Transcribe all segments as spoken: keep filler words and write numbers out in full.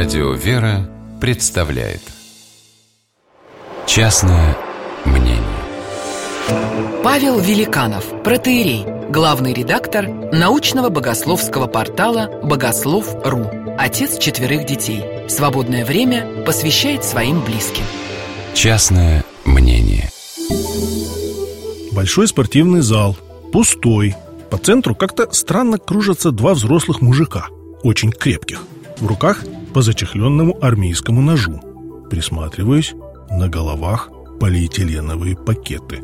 Радио «Вера» представляет «Частное мнение». Павел Великанов, протоиерей, главный редактор научного богословского портала «Богослов точка ру», отец четверых детей. Свободное время посвящает своим близким. Частное мнение. Большой спортивный зал, пустой. По центру как-то странно кружатся два взрослых мужика, очень крепких. В руках по зачехленному армейскому ножу. Присматриваюсь, на головах полиэтиленовые пакеты.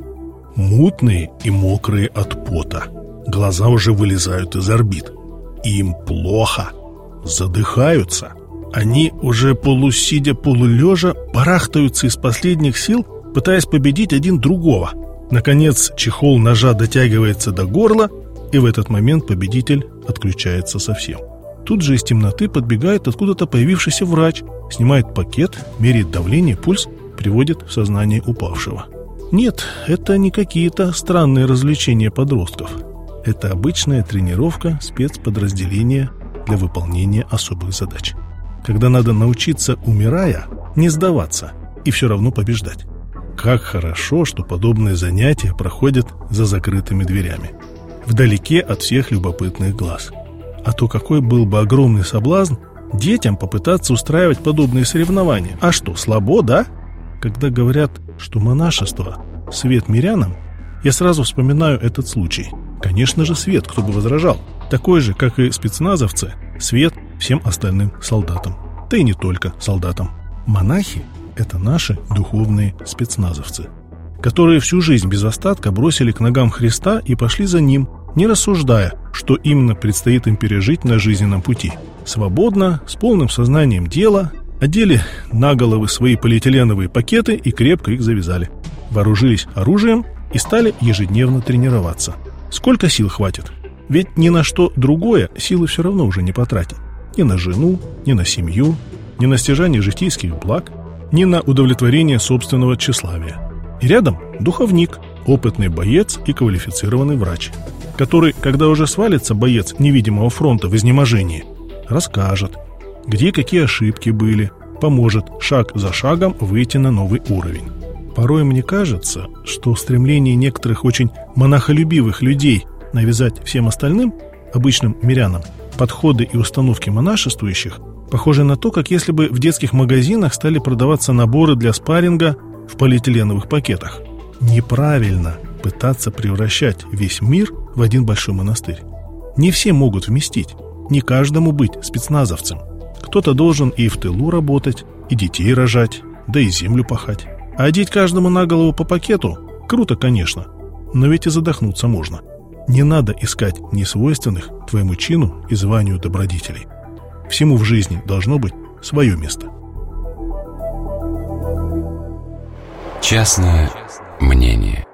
Мутные и мокрые от пота. Глаза уже вылезают из орбит. Им плохо. Задыхаются. Они, уже полусидя, полулежа, барахтаются из последних сил, пытаясь победить один другого. Наконец, чехол ножа дотягивается до горла, и в этот момент победитель отключается совсем. Тут же из темноты подбегает откуда-то появившийся врач, снимает пакет, меряет давление, пульс, приводит в сознание упавшего. Нет, это не какие-то странные развлечения подростков. Это обычная тренировка спецподразделения для выполнения особых задач. Когда надо научиться, умирая, не сдаваться и все равно побеждать. Как хорошо, что подобные занятия проходят за закрытыми дверями, вдалеке от всех любопытных глаз. А то какой был бы огромный соблазн детям попытаться устраивать подобные соревнования. А что, слабо, да? Когда говорят, что монашество – свет мирянам, я сразу вспоминаю этот случай. Конечно же, свет, кто бы возражал. Такой же, как и спецназовцы, свет всем остальным солдатам. Да и не только солдатам. Монахи – это наши духовные спецназовцы, которые всю жизнь без остатка бросили к ногам Христа и пошли за Ним, не рассуждая, что именно предстоит им пережить на жизненном пути. Свободно, с полным сознанием дела, одели на головы свои полиэтиленовые пакеты и крепко их завязали. Вооружились оружием и стали ежедневно тренироваться. Сколько сил хватит? Ведь ни на что другое силы все равно уже не потратить. Ни на жену, ни на семью, ни на стяжание житейских благ, ни на удовлетворение собственного тщеславия. И рядом духовник, опытный боец и квалифицированный врач, который, когда уже свалится боец невидимого фронта в изнеможении, расскажет, где какие ошибки были, поможет шаг за шагом выйти на новый уровень. Порой мне кажется, что стремление некоторых очень монахолюбивых людей навязать всем остальным, обычным мирянам, подходы и установки монашествующих похожи на то, как если бы в детских магазинах стали продаваться наборы для спарринга в полиэтиленовых пакетах. Неправильно пытаться превращать весь мир в один большой монастырь. Не все могут вместить, не каждому быть спецназовцем. Кто-то должен и в тылу работать, и детей рожать, да и землю пахать. А одеть каждому на голову по пакету – круто, конечно, но ведь и задохнуться можно. Не надо искать несвойственных твоему чину и званию добродетелей. Всему в жизни должно быть свое место. Частное мнение.